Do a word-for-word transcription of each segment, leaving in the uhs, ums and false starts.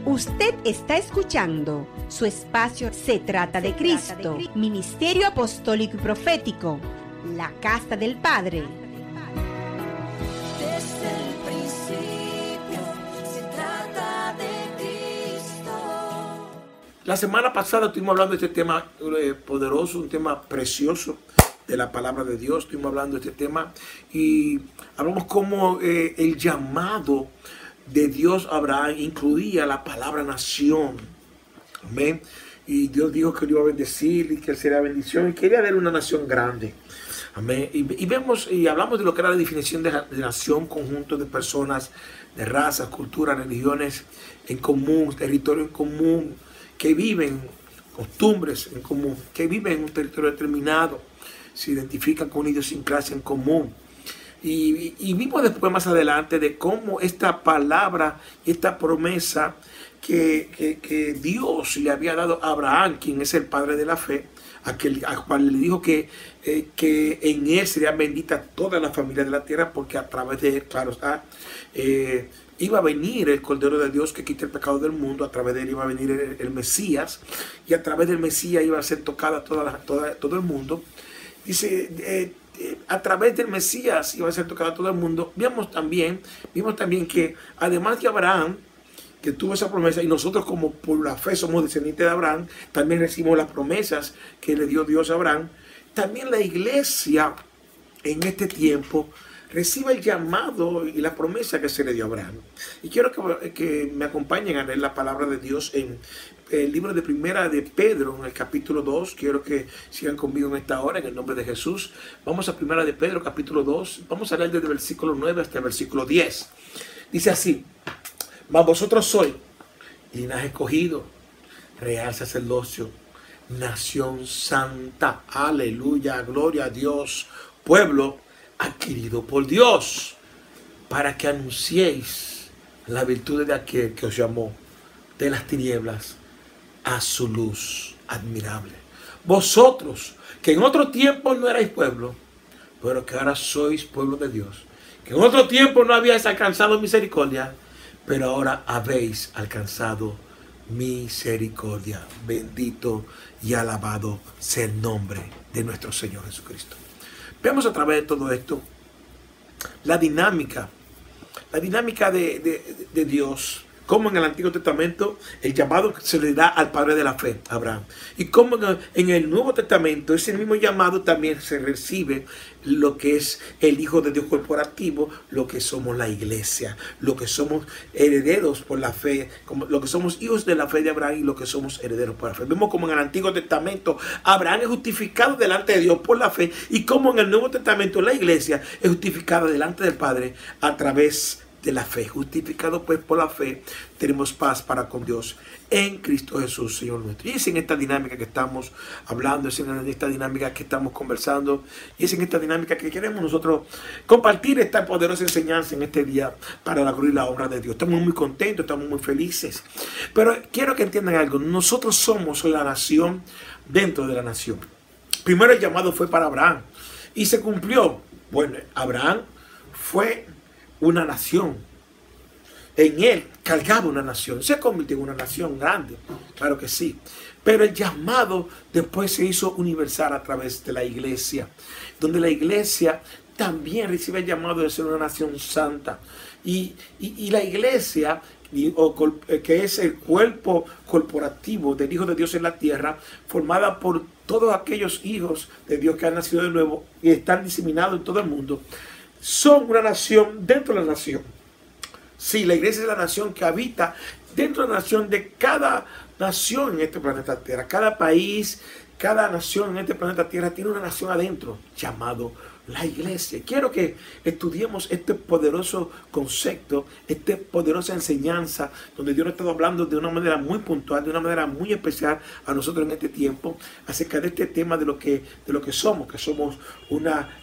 Usted está escuchando su espacio Se Trata de Cristo, Ministerio Apostólico y Profético, la Casa del Padre. Desde el principio se trata de Cristo. La semana pasada estuvimos hablando de este tema eh, poderoso, un tema precioso de la palabra de Dios. Estuvimos hablando de este tema y hablamos cómo eh, el llamado de Dios a Abraham incluía la palabra nación. Amén. Y Dios dijo que lo iba a bendecir y que él sería bendición y quería darle una nación grande. Amén. Y, y vemos y hablamos de lo que era la definición de, de nación, conjunto de personas, de razas, culturas, religiones en común, territorio en común, que viven, costumbres en común, que viven en un territorio determinado, se identifican con una idiosincrasia en común. Y, y vimos después más adelante de cómo esta palabra y esta promesa que, que, que Dios le había dado a Abraham, quien es el padre de la fe, a, que, a cual le dijo que, eh, que en él sería bendita toda la familia de la tierra, porque a través de él, claro está, eh, iba a venir el Cordero de Dios que quita el pecado del mundo, a través de él iba a venir el, el Mesías, y a través del Mesías iba a ser tocada toda la, toda, todo el mundo. Dice, eh, a través del Mesías iba a ser tocado a todo el mundo. Vimos también, vimos también que además de Abraham, que tuvo esa promesa, y nosotros como por la fe somos descendientes de Abraham, también recibimos las promesas que le dio Dios a Abraham. También la iglesia en este tiempo recibe el llamado y la promesa que se le dio a Abraham. Y quiero que, que me acompañen a leer la palabra de Dios en el libro de Primera de Pedro, en el capítulo dos. Quiero que sigan conmigo en esta hora, en el nombre de Jesús. Vamos a Primera de Pedro, capítulo dos. Vamos a leer desde el versículo nueve hasta el versículo diez. Dice así: mas vosotros sois linaje escogido, real sacerdocio, nación santa, aleluya, gloria a Dios, pueblo adquirido por Dios, para que anunciéis la virtud de aquel que os llamó de las tinieblas a su luz admirable. Vosotros, que en otro tiempo no erais pueblo, pero que ahora sois pueblo de Dios, que en otro tiempo no habíais alcanzado misericordia, pero ahora habéis alcanzado misericordia. Bendito y alabado sea el nombre de nuestro Señor Jesucristo. Vemos a través de todo esto la dinámica, la dinámica de, de, de Dios, como en el Antiguo Testamento el llamado se le da al padre de la fe, Abraham, y como en el, en el Nuevo Testamento ese mismo llamado también se recibe lo que es el Hijo de Dios corporativo, lo que somos la iglesia, lo que somos herederos por la fe, como lo que somos hijos de la fe de Abraham y lo que somos herederos por la fe. Vemos como en el Antiguo Testamento Abraham es justificado delante de Dios por la fe, y como en el Nuevo Testamento la iglesia es justificada delante del Padre a través de de la fe. Justificado pues por la fe, tenemos paz para con Dios en Cristo Jesús, Señor nuestro. Y es en esta dinámica que estamos hablando, es en esta dinámica que estamos conversando, y es en esta dinámica que queremos nosotros compartir esta poderosa enseñanza en este día para la gloria y la obra de Dios. Estamos muy contentos, estamos muy felices. Pero quiero que entiendan algo. Nosotros somos la nación dentro de la nación. Primero el llamado fue para Abraham y se cumplió. Bueno, Abraham fue una nación. En él cargaba una nación. Se convirtió en una nación grande. Claro que sí. Pero el llamado después se hizo universal a través de la iglesia. Donde la iglesia también recibe el llamado de ser una nación santa. Y, y, y la iglesia, y, o, que es el cuerpo corporativo del Hijo de Dios en la tierra, formada por todos aquellos hijos de Dios que han nacido de nuevo y están diseminados en todo el mundo, son una nación dentro de la nación. Sí, la iglesia es la nación que habita dentro de la nación de cada nación en este planeta Tierra. Cada país, cada nación en este planeta Tierra tiene una nación adentro llamado la iglesia. Quiero que estudiemos este poderoso concepto, esta poderosa enseñanza, donde Dios nos está hablando de una manera muy puntual, de una manera muy especial a nosotros en este tiempo, acerca de este tema de lo que, de lo que somos, que somos una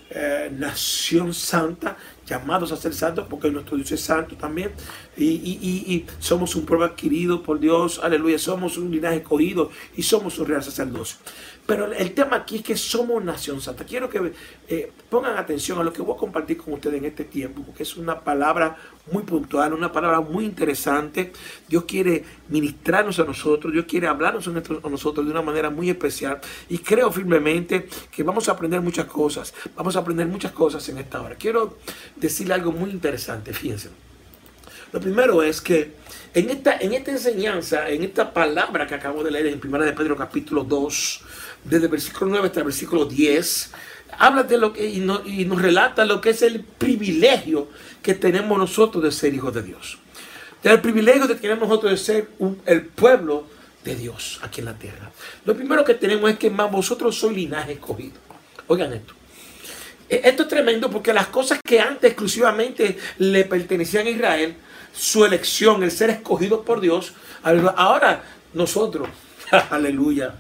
eh, nación santa, llamados a ser santos porque nuestro Dios es santo también. Y, y, y, y somos un pueblo adquirido por Dios, aleluya. Somos un linaje escogido y somos un real sacerdocio. Pero el tema aquí es que somos nación santa. Quiero que eh, pongan atención a lo que voy a compartir con ustedes en este tiempo, porque es una palabra muy puntual, una palabra muy interesante. Dios quiere ministrarnos a nosotros, Dios quiere hablarnos a nosotros de una manera muy especial. Y creo firmemente que vamos a aprender muchas cosas. Vamos a aprender muchas cosas en esta hora. Quiero decirle algo muy interesante, fíjense. Lo primero es que en esta, en esta enseñanza, en esta palabra que acabo de leer en primera de Pedro capítulo dos, desde el versículo nueve hasta el versículo diez, habla de lo que y, no, y nos relata lo que es el privilegio que tenemos nosotros de ser hijos de Dios. El privilegio que tenemos nosotros de ser un, el pueblo de Dios aquí en la tierra. Lo primero que tenemos es que más vosotros sois linaje escogido. Oigan esto. Esto es tremendo porque las cosas que antes exclusivamente le pertenecían a Israel, su elección, el ser escogido por Dios, ahora nosotros, aleluya,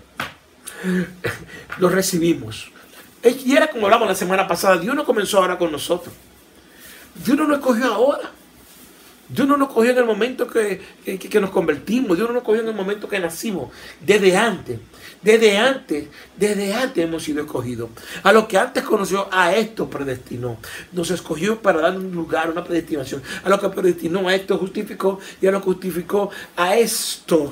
lo recibimos. Y era como hablamos la semana pasada, Dios no comenzó ahora con nosotros. Dios no nos escogió ahora. Dios no nos escogió en el momento que, que, que nos convertimos. Dios no nos escogió en el momento que nacimos. Desde antes, desde antes, desde antes hemos sido escogidos. A lo que antes conoció, a esto predestinó. Nos escogió para dar un lugar, una predestinación. A lo que predestinó, a esto justificó. Y a lo que justificó, a esto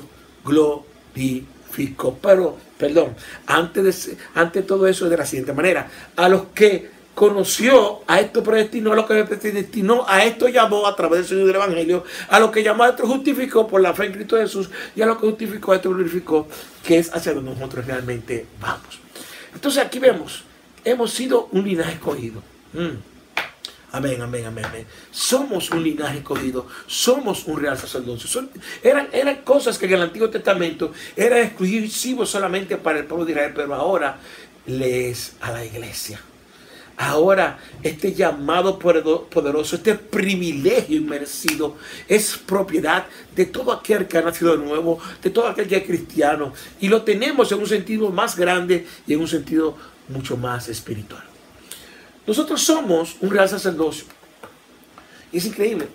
glorificó. Pero, perdón, antes de, antes de todo eso de la siguiente manera. A los que conoció, a esto predestinó, a lo que predestinó, a esto llamó a través del Señor del Evangelio, a lo que llamó a esto justificó por la fe en Cristo Jesús, y a lo que justificó a esto glorificó, que es hacia donde nosotros realmente vamos. Entonces aquí vemos, hemos sido un linaje escogido. Mm. Amén, amén, amén, amén. Somos un linaje escogido, somos un real sacerdocio. Son, eran, eran cosas que en el Antiguo Testamento eran exclusivos solamente para el pueblo de Israel, pero ahora les a la iglesia. Ahora este llamado poderoso, este privilegio inmerecido es propiedad de todo aquel que ha nacido de nuevo, de todo aquel que es cristiano. Y lo tenemos en un sentido más grande y en un sentido mucho más espiritual. Nosotros somos un real sacerdocio. Y es increíble.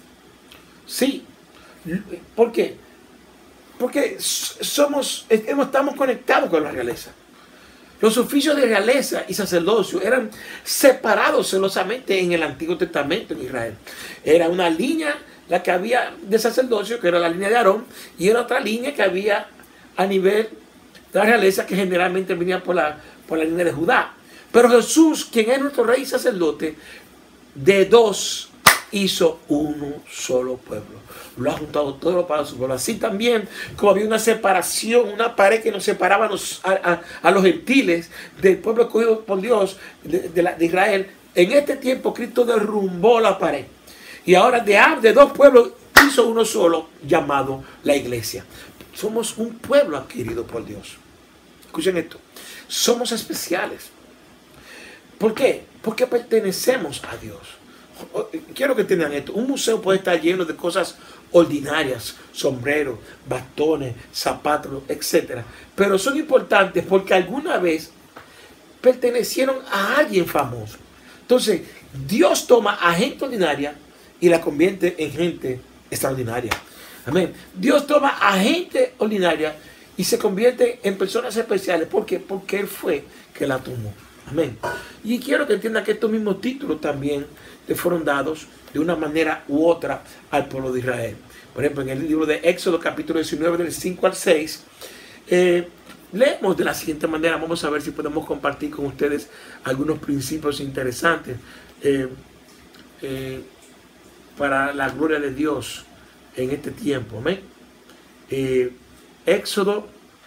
Sí. ¿Por qué? Porque somos, estamos conectados con la realeza. Los oficios de realeza y sacerdocio eran separados celosamente en el Antiguo Testamento en Israel. Era una línea la que había de sacerdocio, que era la línea de Aarón, y era otra línea que había a nivel de la realeza, que generalmente venía por la, por la línea de Judá. Pero Jesús, quien es nuestro rey y sacerdote, de dos hizo uno solo pueblo. Lo ha juntado todo para su pueblo. Así también, como había una separación, una pared que nos separaba a los, a, a, a los gentiles del pueblo escogido por Dios de, de, la, de Israel, en este tiempo Cristo derrumbó la pared. Y ahora de, de dos pueblos hizo uno solo, llamado la iglesia. Somos un pueblo adquirido por Dios. Escuchen esto. Somos especiales. ¿Por qué? Porque pertenecemos a Dios. Quiero que tengan esto. Un museo puede estar lleno de cosas ordinarias, sombreros, bastones, zapatos, etcétera. Pero son importantes porque alguna vez pertenecieron a alguien famoso. Entonces, Dios toma a gente ordinaria y la convierte en gente extraordinaria. Amén. Dios toma a gente ordinaria y se convierte en personas especiales. ¿Por qué? Porque Él fue que la tomó. Amén. Y quiero que entiendan que estos mismos títulos también le fueron dados de una manera u otra al pueblo de Israel. Por ejemplo, en el libro de Éxodo, capítulo diecinueve, del cinco al seis, eh, leemos de la siguiente manera. Vamos a ver si podemos compartir con ustedes algunos principios interesantes eh, eh, para la gloria de Dios en este tiempo. Amén. Eh, Éxodo,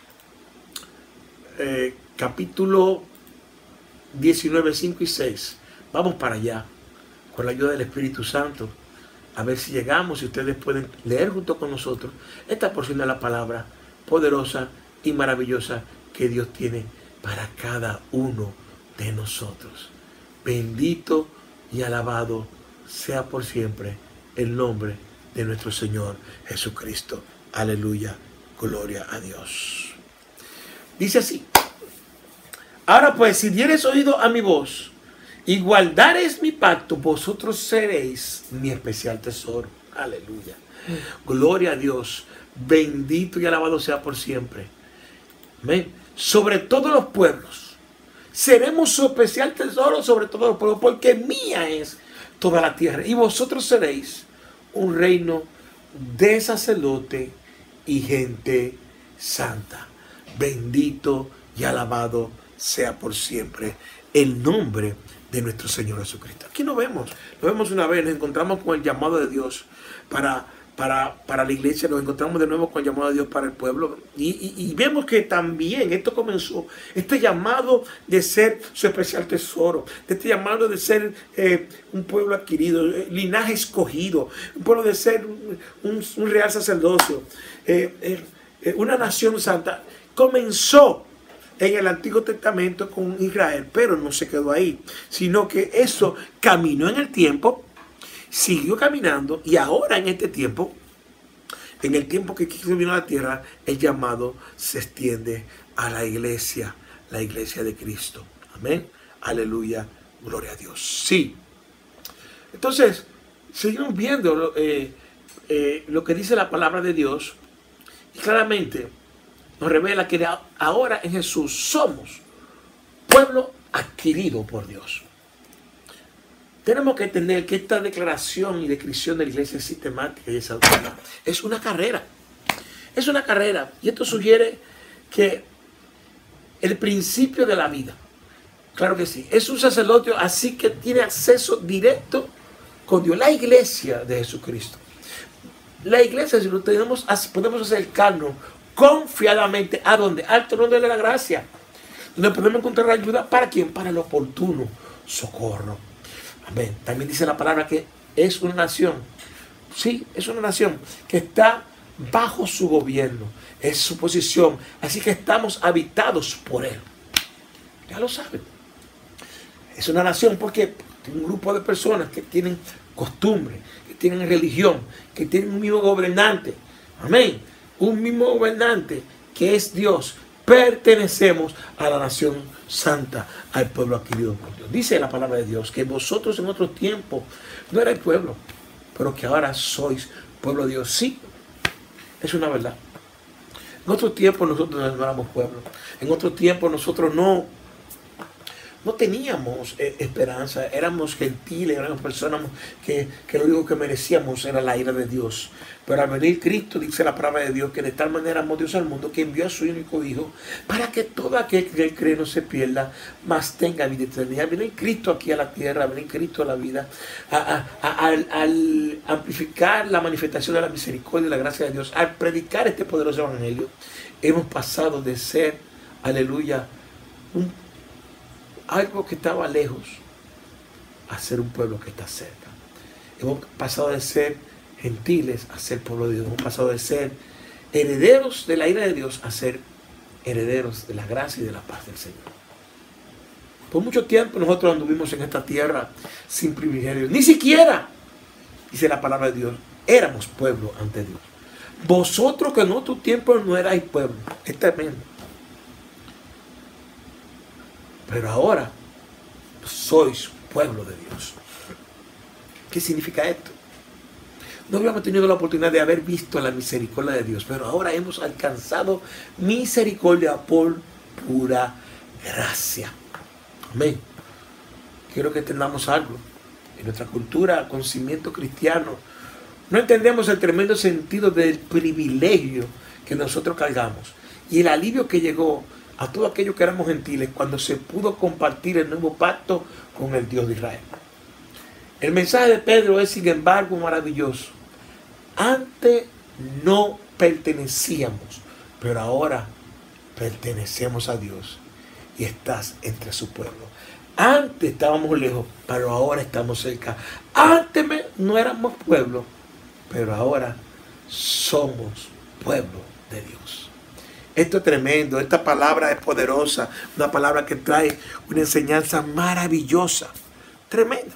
eh, capítulo diecinueve, cinco y seis. Vamos para allá con la ayuda del Espíritu Santo, a ver si llegamos y ustedes pueden leer junto con nosotros esta porción de la palabra poderosa y maravillosa que Dios tiene para cada uno de nosotros. Bendito y alabado sea por siempre el nombre de nuestro Señor Jesucristo. Aleluya, gloria a Dios. Dice así: ahora pues, si dieres oído a mi voz y guardaréis mi pacto, vosotros seréis mi especial tesoro. Aleluya. Gloria a Dios. Bendito y alabado sea por siempre. Amén. Sobre todos los pueblos. Seremos su especial tesoro sobre todos los pueblos, porque mía es toda la tierra. Y vosotros seréis un reino de sacerdote y gente santa. Bendito y alabado sea por siempre el nombre de nuestro Señor Jesucristo. Aquí nos vemos, nos vemos una vez, nos encontramos con el llamado de Dios para, para, para la iglesia, nos encontramos de nuevo con el llamado de Dios para el pueblo, y, y, y vemos que también esto comenzó, este llamado de ser su especial tesoro, de este llamado de ser eh, un pueblo adquirido, eh, linaje escogido, un pueblo de ser un, un, un real sacerdocio, eh, eh, eh, una nación santa, comenzó en el Antiguo Testamento con Israel, pero no se quedó ahí, sino que eso caminó en el tiempo, siguió caminando, y ahora en este tiempo, en el tiempo que Cristo vino a la tierra, el llamado se extiende a la iglesia, la iglesia de Cristo. Amén. Aleluya. Gloria a Dios. Sí. Entonces, seguimos viendo eh, eh, lo que dice la palabra de Dios, y claramente nos revela que ahora en Jesús somos pueblo adquirido por Dios. Tenemos que entender que esta declaración y descripción de la iglesia es sistemática y es autónoma. Es una carrera. Es una carrera. Y esto sugiere que el principio de la vida, claro que sí, es un sacerdote, así que tiene acceso directo con Dios. La iglesia de Jesucristo. La iglesia, si lo tenemos, podemos acercarnos confiadamente a donde, al trono de la gracia, donde podemos encontrar ayuda. ¿Para quién? Para el oportuno socorro. Amén. También dice la palabra que es una nación, sí, es una nación que está bajo su gobierno, es su posición, así que estamos habitados por él. Ya lo saben. Es una nación porque un grupo de personas que tienen costumbre, que tienen religión, que tienen un mismo gobernante. Amén. Un mismo gobernante que es Dios. Pertenecemos a la nación santa, al pueblo adquirido por Dios. Dice la palabra de Dios que vosotros en otro tiempo no erais pueblo, pero que ahora sois pueblo de Dios. Sí, es una verdad. En otro tiempo nosotros no éramos pueblo. En otro tiempo nosotros no, no teníamos eh, esperanza. Éramos gentiles, éramos personas que, que lo único que merecíamos era la ira de Dios. Pero al venir Cristo, dice la palabra de Dios, que de tal manera amó Dios al mundo, que envió a su único Hijo, para que todo aquel que él cree no se pierda, mas tenga vida eterna. Viene Cristo aquí a la tierra, viene Cristo a la vida, a, a, a, al, al amplificar la manifestación de la misericordia y la gracia de Dios, al predicar este poderoso evangelio, hemos pasado de ser, aleluya, un, algo que estaba lejos, a ser un pueblo que está cerca. Hemos pasado de ser gentiles a ser pueblo de Dios. Hemos pasado de ser herederos de la ira de Dios a ser herederos de la gracia y de la paz del Señor. Por mucho tiempo nosotros anduvimos en esta tierra sin privilegios. Ni siquiera, dice la palabra de Dios, éramos pueblo ante Dios. Vosotros que en otro tiempo no erais pueblo. Es tremendo. Pero ahora sois pueblo de Dios. ¿Qué significa esto? No habíamos tenido la oportunidad de haber visto la misericordia de Dios, pero ahora hemos alcanzado misericordia por pura gracia. Amén. Quiero que entendamos algo. En nuestra cultura, conocimiento cristiano, no entendemos el tremendo sentido del privilegio que nosotros cargamos y el alivio que llegó a todos aquellos que éramos gentiles cuando se pudo compartir el nuevo pacto con el Dios de Israel. El mensaje de Pedro es, sin embargo, maravilloso. Antes no pertenecíamos, pero ahora pertenecemos a Dios y estás entre su pueblo. Antes estábamos lejos, pero ahora estamos cerca. Antes no éramos pueblo, pero ahora somos pueblo de Dios. Esto es tremendo, esta palabra es poderosa, una palabra que trae una enseñanza maravillosa, tremenda,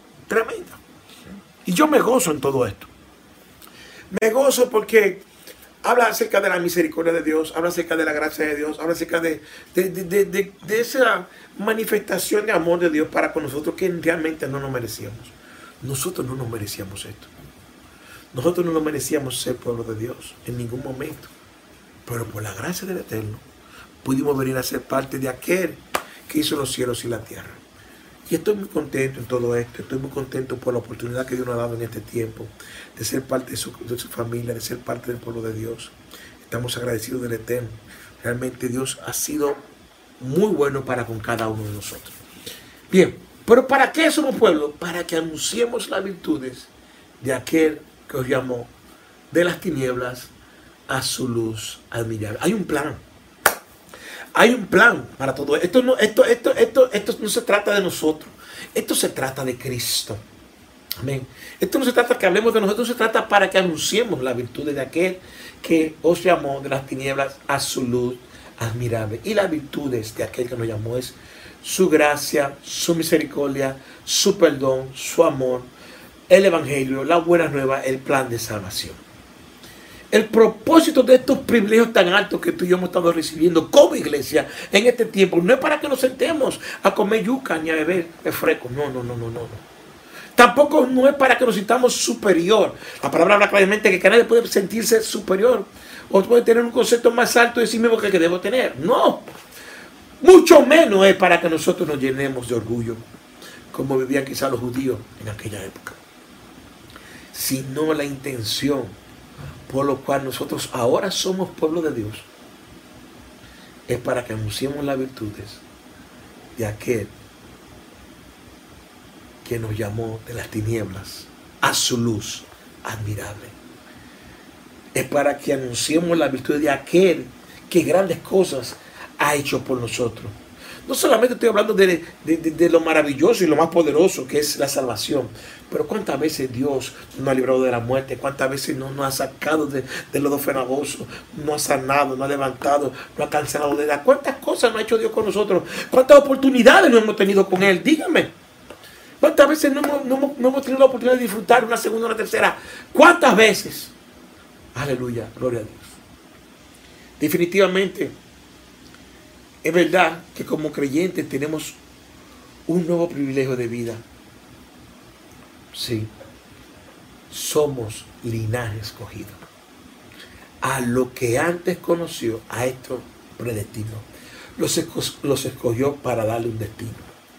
tremenda. Y yo me gozo en todo esto. Me gozo porque habla acerca de la misericordia de Dios, habla acerca de la gracia de Dios, habla acerca de, de, de, de, de, de esa manifestación de amor de Dios para con nosotros que realmente no nos merecíamos. Nosotros no nos merecíamos esto. Nosotros no nos merecíamos ser pueblo de Dios en ningún momento. Pero por la gracia del Eterno pudimos venir a ser parte de aquel que hizo los cielos y la tierra. Y estoy muy contento en todo esto. Estoy muy contento por la oportunidad que Dios nos ha dado en este tiempo de ser parte de su, de su familia, de ser parte del pueblo de Dios. Estamos agradecidos del Eterno. Realmente Dios ha sido muy bueno para con cada uno de nosotros. Bien, pero ¿para qué somos pueblo? Para que anunciemos las virtudes de aquel que os llamó de las tinieblas a su luz admirable. Hay un plan. Hay un plan para todo esto. No, esto, esto, esto, esto no se trata de nosotros. Esto se trata de Cristo. Amén. Esto no se trata que hablemos de nosotros, se trata para que anunciemos las virtudes de aquel que os llamó de las tinieblas a su luz admirable. Y las virtudes de aquel que nos llamó es su gracia, su misericordia, su perdón, su amor, el evangelio, la buena nueva, el plan de salvación. El propósito de estos privilegios tan altos que tú y yo hemos estado recibiendo como iglesia en este tiempo no es para que nos sentemos a comer yuca ni a beber refresco. No, no, no, no, no. Tampoco no es para que nos sintamos superior. La palabra habla claramente que nadie puede sentirse superior o puede tener un concepto más alto de sí mismo que el que debo tener. No. Mucho menos es para que nosotros nos llenemos de orgullo, como vivían quizás los judíos en aquella época. Sino la intención por lo cual nosotros ahora somos pueblo de Dios, es para que anunciemos las virtudes de aquel que nos llamó de las tinieblas a su luz admirable. Es para que anunciemos las virtudes de aquel que grandes cosas ha hecho por nosotros. No solamente estoy hablando de, de, de, de lo maravilloso y lo más poderoso que es la salvación, pero cuántas veces Dios nos ha librado de la muerte, cuántas veces nos, nos ha sacado de, de lodo cenagoso, nos ha sanado, nos ha levantado, nos ha cancelado de edad. Cuántas cosas nos ha hecho Dios con nosotros, cuántas oportunidades no hemos tenido con Él. Dígame, cuántas veces no hemos, no hemos, no hemos tenido la oportunidad de disfrutar una segunda, una tercera. ¿Cuántas veces? Aleluya, gloria a Dios. Definitivamente, es verdad que como creyentes tenemos un nuevo privilegio de vida. Sí, somos linaje escogido. A lo que antes conoció, a esto predestinó. Los, esco- los escogió para darle un destino.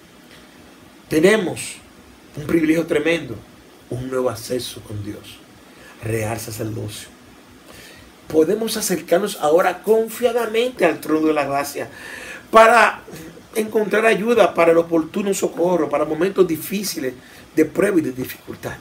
Tenemos un privilegio tremendo, un nuevo acceso con Dios, real sacerdocio. Podemos acercarnos ahora confiadamente al trono de la gracia para encontrar ayuda para el oportuno socorro, para momentos difíciles de prueba y de dificultad.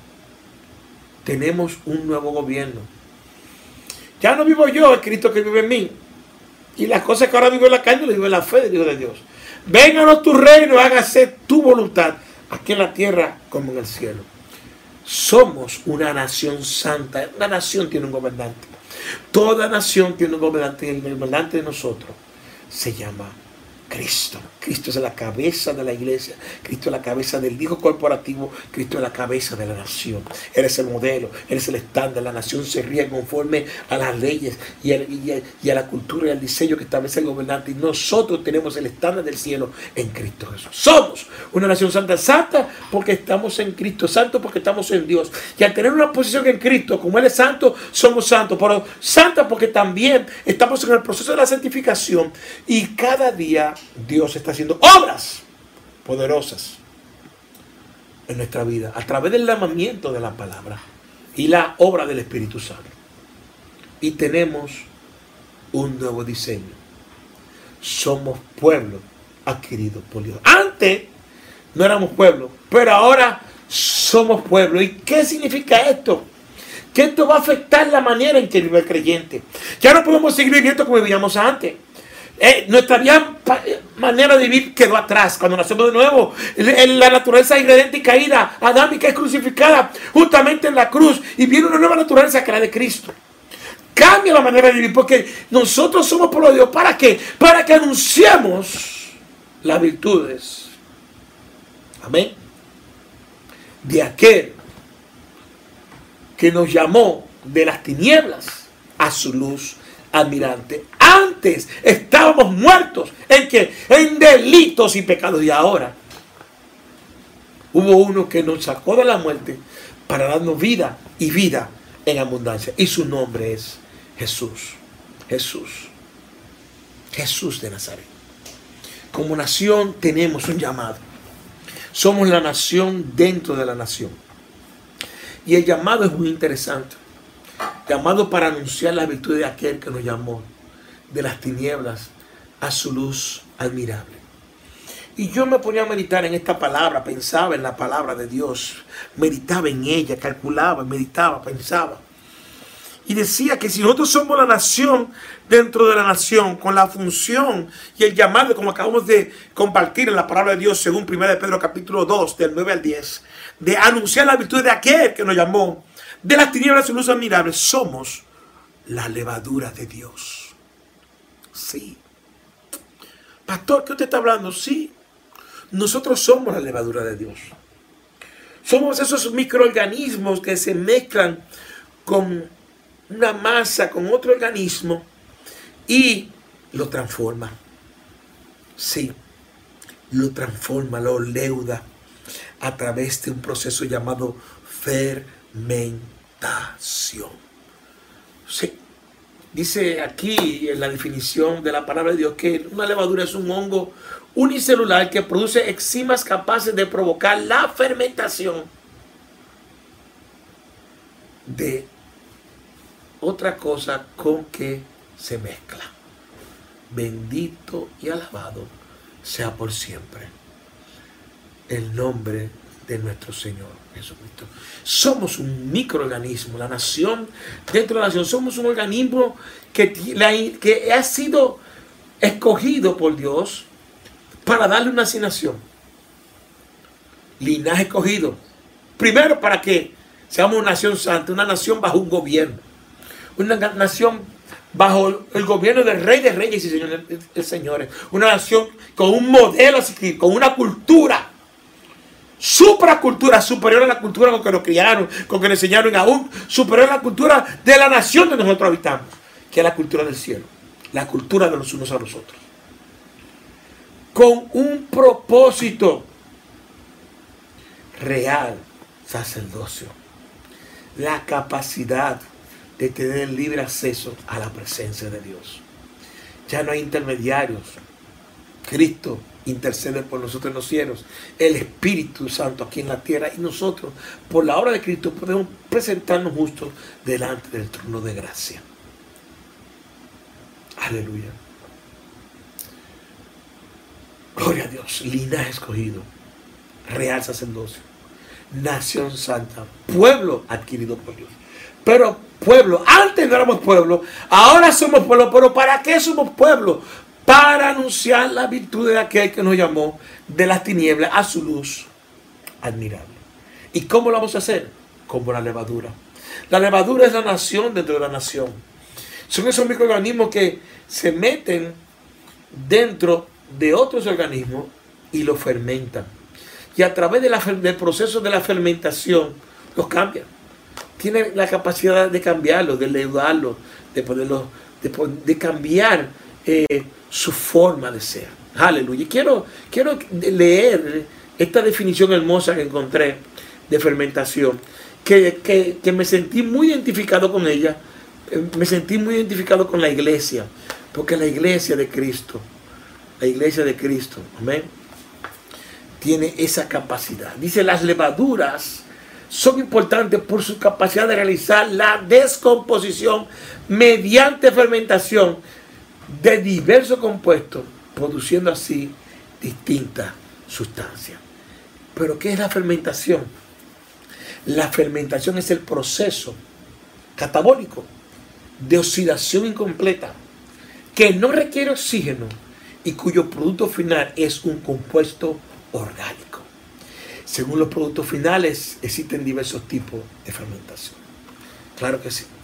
Tenemos un nuevo gobierno. Ya no vivo yo, es Cristo que vive en mí. Y las cosas que ahora vivo en la carne, lo vivo en la fe del Hijo de Dios. Vénganos tu reino, hágase tu voluntad, aquí en la tierra como en el cielo. Somos una nación santa. Una nación tiene un gobernante. Toda nación tiene un gobernante, y el gobernante de nosotros se llama Cristo. Cristo es la cabeza de la iglesia. Cristo es la cabeza del hijo corporativo. Cristo es la cabeza de la nación. Él es el modelo, Él es el estándar. La nación se ríe conforme a las leyes y a, y, a, y a la cultura y al diseño que establece el gobernante. Y nosotros tenemos el estándar del cielo en Cristo Jesús. Somos una nación santa. Santa porque estamos en Cristo. Santo porque estamos en Dios. Y al tener una posición en Cristo, como Él es santo, somos santos. Pero santa porque también estamos en el proceso de la santificación. Y cada día Dios está haciendo obras poderosas en nuestra vida a través del llamamiento de la palabra y la obra del Espíritu Santo. Y tenemos un nuevo diseño. Somos pueblo adquirido por Dios. Antes no éramos pueblo, pero ahora somos pueblo. ¿Y qué significa esto? Que esto va a afectar la manera en que vive el creyente. Ya no podemos seguir viviendo como vivíamos antes. Eh, nuestra vieja manera de vivir quedó atrás. Cuando nacemos de nuevo, la naturaleza ingrediente y caída adámica es crucificada justamente en la cruz y viene una nueva naturaleza que es la de Cristo. Cambia la manera de vivir porque nosotros somos pueblo de Dios. ¿Para qué? Para que anunciemos las virtudes, amén, de aquel que nos llamó de las tinieblas a su luz admirante. Antes estábamos muertos en que en delitos y pecados, y ahora hubo uno que nos sacó de la muerte para darnos vida y vida en abundancia. Y su nombre es Jesús. Jesús. Jesús de Nazaret. Como nación tenemos un llamado. Somos la nación dentro de la nación. Y el llamado es muy interesante. Llamado para anunciar la virtud de aquel que nos llamó de las tinieblas a su luz admirable. Y yo me ponía a meditar en esta palabra, pensaba en la palabra de Dios, meditaba en ella, calculaba, meditaba, pensaba. Y decía que si nosotros somos la nación dentro de la nación, con la función y el llamado, como acabamos de compartir en la palabra de Dios, según primera de Pedro capítulo dos, del nueve al diez, de anunciar la virtud de aquel que nos llamó de las tinieblas a su luz admirable, somos la levadura de Dios. Sí. Pastor, ¿qué usted está hablando? Sí. Nosotros somos la levadura de Dios. Somos esos microorganismos que se mezclan con una masa, con otro organismo y lo transforma. Sí, lo transforma, lo leuda a través de un proceso llamado fermentación. Sí. Dice aquí en la definición de la palabra de Dios que una levadura es un hongo unicelular que produce enzimas capaces de provocar la fermentación de otra cosa con que se mezcla. Bendito y alabado sea por siempre el nombre de nuestro Señor Jesucristo. Somos un microorganismo, la nación dentro de la nación. Somos un organismo que, que ha sido escogido por Dios para darle una asignación. Linaje escogido. Primero, para que seamos una nación santa, una nación bajo un gobierno. Una nación bajo el gobierno del Rey de Reyes y Señores, señores. Una nación con un modelo a seguir, con una cultura. Supracultura, superior a la cultura con que nos criaron, con que nos enseñaron, aún superior a la cultura de la nación donde nosotros habitamos, que es la cultura del cielo, la cultura de los unos a los otros. Con un propósito real, sacerdocio, la capacidad de tener libre acceso a la presencia de Dios. Ya no hay intermediarios. Cristo intercede por nosotros en los cielos, el Espíritu Santo aquí en la tierra, y nosotros por la obra de Cristo podemos presentarnos justos delante del trono de gracia. Aleluya. Gloria a Dios. Linaje escogido, real sacerdocio, nación santa, pueblo adquirido por Dios. Pero pueblo, antes no éramos pueblo, ahora somos pueblo. Pero ¿para qué somos pueblo? Para anunciar la virtud de aquel que nos llamó de las tinieblas a su luz admirable. ¿Y cómo lo vamos a hacer? Como la levadura. La levadura es la nación dentro de la nación. Son esos microorganismos que se meten dentro de otros organismos y los fermentan. Y a través de la, del proceso de la fermentación los cambian. Tienen la capacidad de cambiarlos, de leudarlos, de poderlos, de, de cambiar eh, su forma de ser. Aleluya. Y quiero, quiero leer esta definición hermosa que encontré de fermentación, que, que, que me sentí muy identificado con ella, me sentí muy identificado con la iglesia, porque la iglesia de Cristo, la iglesia de Cristo, amén, tiene esa capacidad. Dice, las levaduras son importantes por su capacidad de realizar la descomposición mediante fermentación de diversos compuestos, produciendo así distintas sustancias. ¿Pero qué es la fermentación? La fermentación es el proceso catabólico de oxidación incompleta que no requiere oxígeno y cuyo producto final es un compuesto orgánico. Según los productos finales, existen diversos tipos de fermentación. Claro que sí.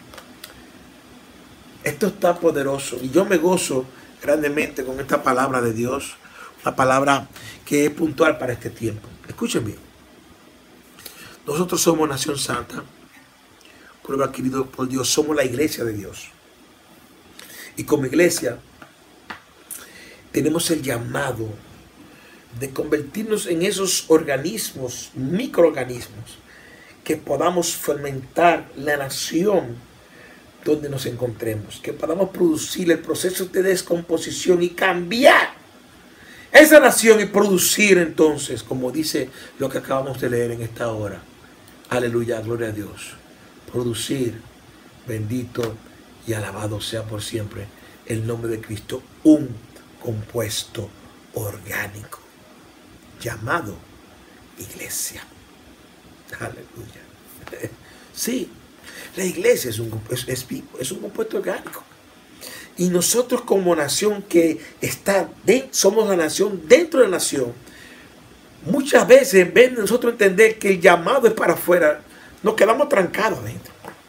Esto está poderoso y yo me gozo grandemente con esta palabra de Dios, una palabra que es puntual para este tiempo. Escuchen bien. Nosotros somos nación santa, pueblo adquirido por Dios, somos la iglesia de Dios. Y como iglesia tenemos el llamado de convertirnos en esos organismos, microorganismos, que podamos fermentar la nación donde nos encontremos, que podamos producir el proceso de descomposición y cambiar esa nación y producir entonces, como dice lo que acabamos de leer en esta hora. Aleluya, gloria a Dios. Producir, bendito y alabado sea por siempre el nombre de Cristo, un compuesto orgánico llamado iglesia. Aleluya. Sí, la iglesia es un, es, es, es un compuesto orgánico. Y nosotros como nación que está de, somos la nación dentro de la nación, muchas veces en vez de nosotros entender que el llamado es para afuera, nos quedamos trancados adentro.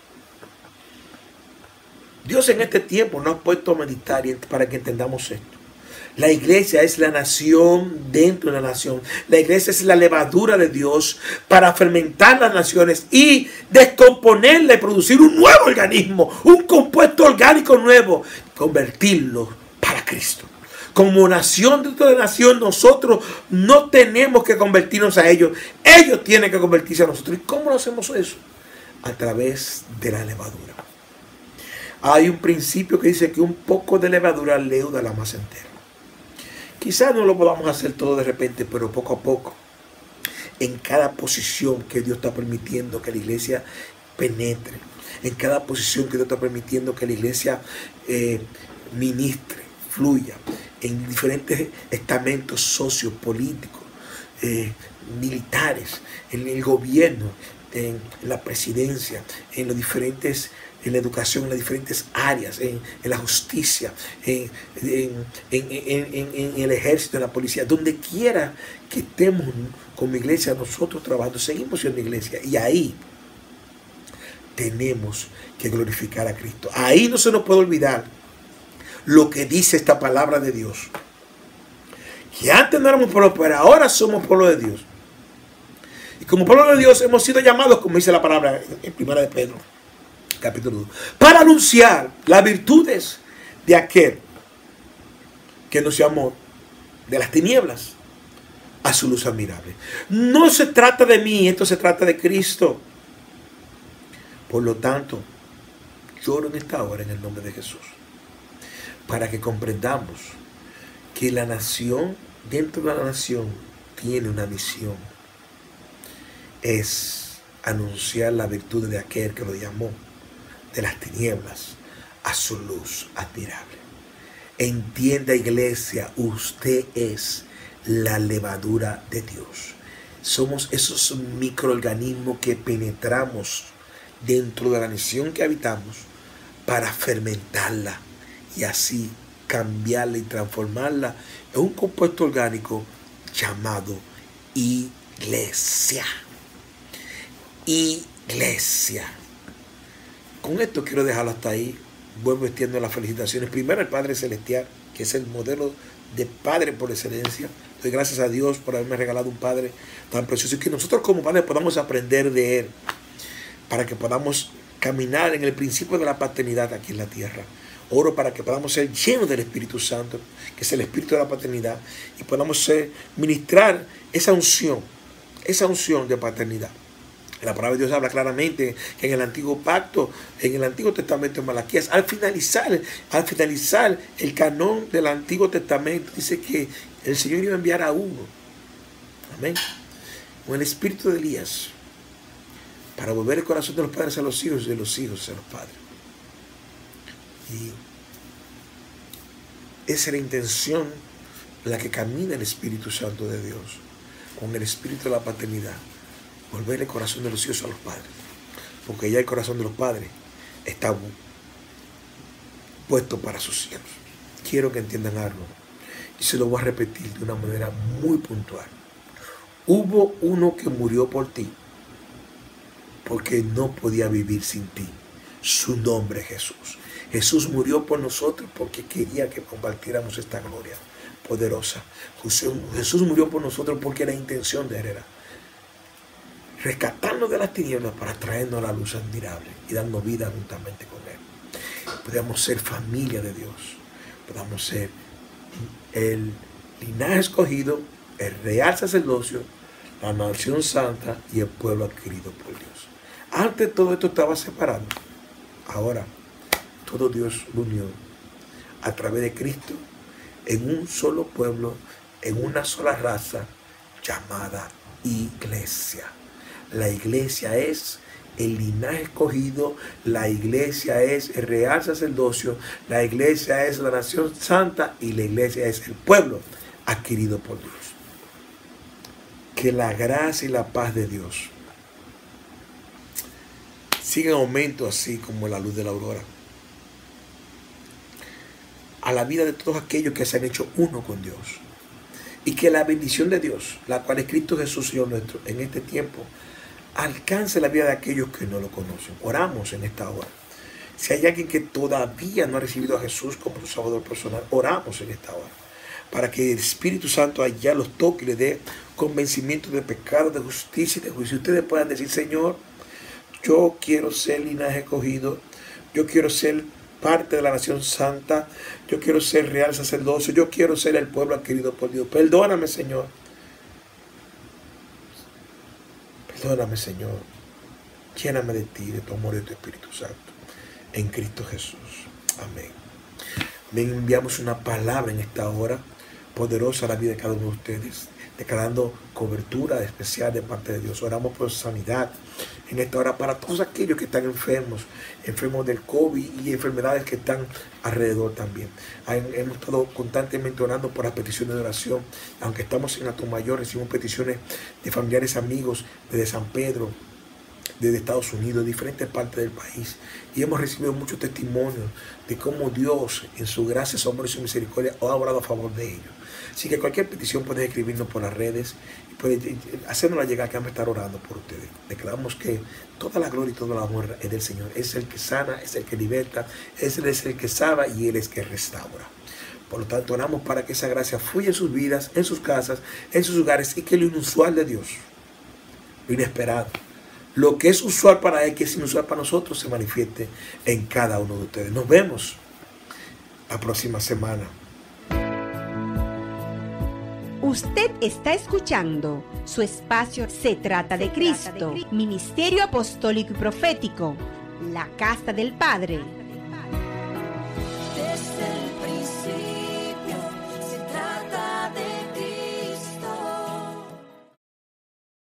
Dios en este tiempo nos ha puesto a meditar para que entendamos esto. La iglesia es la nación dentro de la nación. La iglesia es la levadura de Dios para fermentar las naciones y descomponerla y producir un nuevo organismo, un compuesto orgánico nuevo, convertirlo para Cristo. Como nación dentro de la nación, nosotros no tenemos que convertirnos a ellos. Ellos tienen que convertirse a nosotros. ¿Y cómo lo hacemos eso? A través de la levadura. Hay un principio que dice que un poco de levadura leuda la masa entera. Quizás no lo podamos hacer todo de repente, pero poco a poco, en cada posición que Dios está permitiendo que la iglesia penetre, en cada posición que Dios está permitiendo que la iglesia eh, ministre, fluya, en diferentes estamentos sociopolíticos, eh, militares, en el gobierno, en la presidencia, en los diferentes, en la educación, en las diferentes áreas, en, en la justicia, en, en, en, en, en el ejército, en la policía, donde quiera que estemos como iglesia, nosotros trabajando, seguimos siendo iglesia, y ahí tenemos que glorificar a Cristo. Ahí no se nos puede olvidar lo que dice esta palabra de Dios, que antes no éramos pueblo, pero ahora somos pueblo de Dios. Y como pueblo de Dios hemos sido llamados, como dice la palabra en primera de Pedro, capítulo dos, para anunciar las virtudes de aquel que nos llamó de las tinieblas a su luz admirable. No se trata de mí, esto se trata de Cristo. Por lo tanto, lloro en esta hora en el nombre de Jesús, para que comprendamos que la nación, dentro de la nación, tiene una misión. Es anunciar la virtud de aquel que lo llamó de las tinieblas a su luz admirable. Entienda, iglesia, usted es la levadura de Dios. Somos esos microorganismos que penetramos dentro de la nación que habitamos para fermentarla y así cambiarla y transformarla en un compuesto orgánico llamado iglesia. Iglesia. Con esto quiero dejarlo hasta ahí. Vuelvo extiendo las felicitaciones. Primero al Padre Celestial, que es el modelo de Padre por excelencia. Doy gracias a Dios por haberme regalado un Padre tan precioso y que nosotros como padres podamos aprender de Él, para que podamos caminar en el principio de la paternidad aquí en la tierra. Oro para que podamos ser llenos del Espíritu Santo, que es el Espíritu de la paternidad, y podamos ser, ministrar esa unción, esa unción de paternidad. La palabra de Dios habla claramente que en el antiguo pacto, en el Antiguo Testamento de Malaquías, al finalizar, al finalizar el canón del Antiguo Testamento, dice que el Señor iba a enviar a uno, amén, con el espíritu de Elías, para volver el corazón de los padres a los hijos y de los hijos a los padres. Y esa es la intención en la que camina el Espíritu Santo de Dios, con el espíritu de la paternidad. Volver el corazón de los hijos a los padres, porque ya el corazón de los padres está puesto para sus hijos. Quiero que entiendan algo, y se lo voy a repetir de una manera muy puntual. Hubo uno que murió por ti, porque no podía vivir sin ti. Su nombre es Jesús. Jesús murió por nosotros porque quería que compartiéramos esta gloria poderosa. Jesús murió por nosotros porque la intención de él era rescatarnos de las tinieblas para traernos a la luz admirable y darnos vida juntamente con Él. Podamos ser familia de Dios, podamos ser el linaje escogido, el real sacerdocio, la nación santa y el pueblo adquirido por Dios. Antes todo esto estaba separado. Ahora todo Dios lo unió a través de Cristo en un solo pueblo, en una sola raza llamada iglesia. La iglesia es el linaje escogido, la iglesia es el real sacerdocio, la iglesia es la nación santa y la iglesia es el pueblo adquirido por Dios. Que la gracia y la paz de Dios siga en aumento así como la luz de la aurora a la vida de todos aquellos que se han hecho uno con Dios. Y que la bendición de Dios, la cual es Cristo Jesús, Señor nuestro, en este tiempo, alcance la vida de aquellos que no lo conocen. Oramos en esta hora. Si hay alguien que todavía no ha recibido a Jesús como su Salvador personal, oramos en esta hora. Para que el Espíritu Santo allá los toque y les dé convencimiento de pecado, de justicia y de juicio. Ustedes puedan decir, Señor, yo quiero ser linaje escogido. Yo quiero ser parte de la nación santa. Yo quiero ser real sacerdocio. Yo quiero ser el pueblo adquirido por Dios. Perdóname, Señor. Perdóname, Señor. Lléname de ti, de tu amor y de tu Espíritu Santo. En Cristo Jesús. Amén. Amén. Enviamos una palabra en esta hora poderosa a la vida de cada uno de ustedes, declarando cobertura especial de parte de Dios. Oramos por sanidad en esta hora para todos aquellos que están enfermos, enfermos del COVID y enfermedades que están alrededor también. Hemos estado constantemente orando por las peticiones de oración. Aunque estamos en Atomayor, recibimos peticiones de familiares, amigos desde San Pedro, desde Estados Unidos, de diferentes partes del país. Y hemos recibido muchos testimonios de cómo Dios, en su gracia, su amor y su misericordia, ha obrado a favor de ellos. Así que cualquier petición puedes escribirnos por las redes y puedes hacernos llegar, que vamos a estar orando por ustedes. Declaramos que toda la gloria y toda la honra es del Señor. Es el que sana, es el que liberta, es Él es el que salva y Él es el que restaura. Por lo tanto, oramos para que esa gracia fluya en sus vidas, en sus casas, en sus hogares, y que lo inusual de Dios, lo inesperado, lo que es usual para Él, que es inusual para nosotros, se manifieste en cada uno de ustedes. Nos vemos la próxima semana. Usted está escuchando su espacio Se Trata de Cristo, Ministerio Apostólico y Profético, la Casa del Padre.